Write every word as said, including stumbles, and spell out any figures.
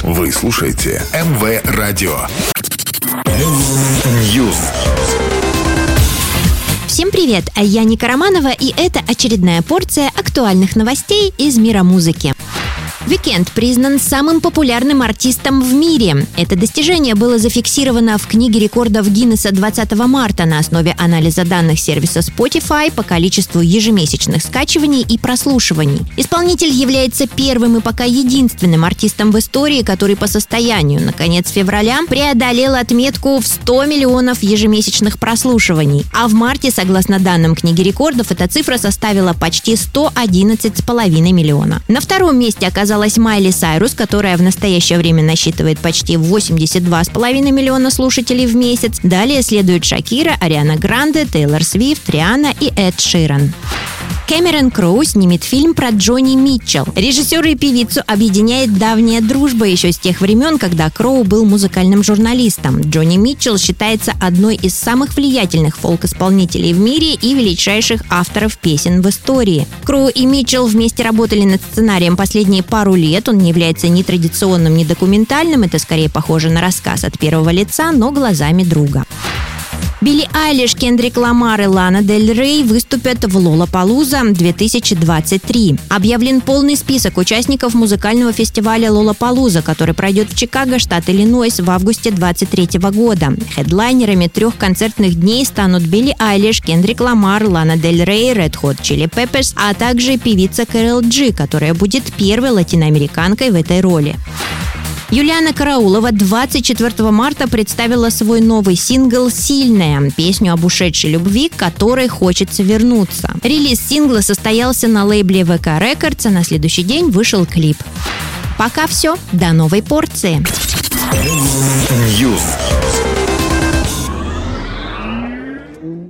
Вы слушаете эм вэ Радио. News. Всем привет, я Ника Романова, и это очередная порция актуальных новостей из мира музыки. Weeknd признан самым популярным артистом в мире. Это достижение было зафиксировано в книге рекордов Гиннесса двадцатого марта на основе анализа данных сервиса Spotify по количеству ежемесячных скачиваний и прослушиваний. Исполнитель является первым и пока единственным артистом в истории, который по состоянию на конец февраля преодолел отметку в сто миллионов ежемесячных прослушиваний. А в марте, согласно данным книги рекордов, эта цифра составила почти сто одиннадцать целых пять десятых миллиона. На втором месте оказалась Майли Сайрус, которая в настоящее время насчитывает почти восемьдесят два целых пять десятых миллиона слушателей в месяц. Далее следуют Шакира, Ариана Гранде, Тейлор Свифт, Риhanna и Эд Ширан. Кэмерон Кроу снимет фильм про Джонни Митчелл. Режиссера и певицу объединяет давняя дружба еще с тех времен, когда Кроу был музыкальным журналистом. Джонни Митчелл считается одной из самых влиятельных фолк-исполнителей в мире и величайших авторов песен в истории. Кроу и Митчелл вместе работали над сценарием последние пару лет. Он не является ни традиционным, ни документальным. Это скорее похоже на рассказ от первого лица, но глазами друга. Билли Айлиш, Кендрик Ламар и Лана Дель Рей выступят в Лолапалуза две тысячи двадцать три. Объявлен полный список участников музыкального фестиваля Лолапалуза, который пройдет в Чикаго, штат Иллинойс, в августе двадцать третьего года. Хедлайнерами трех концертных дней станут Билли Айлиш, Кендрик Ламар, Лана Дель Рей, Red Hot Chili Peppers, а также певица Кэрол Джи, которая будет первой латиноамериканкой в этой роли. Юлиана Караулова двадцать четвёртого марта представила свой новый сингл «Сильная», песню об ушедшей любви, к которой хочется вернуться. Релиз сингла состоялся на лейбле вэ ка Records, а на следующий день вышел клип. Пока все, до новой порции. News.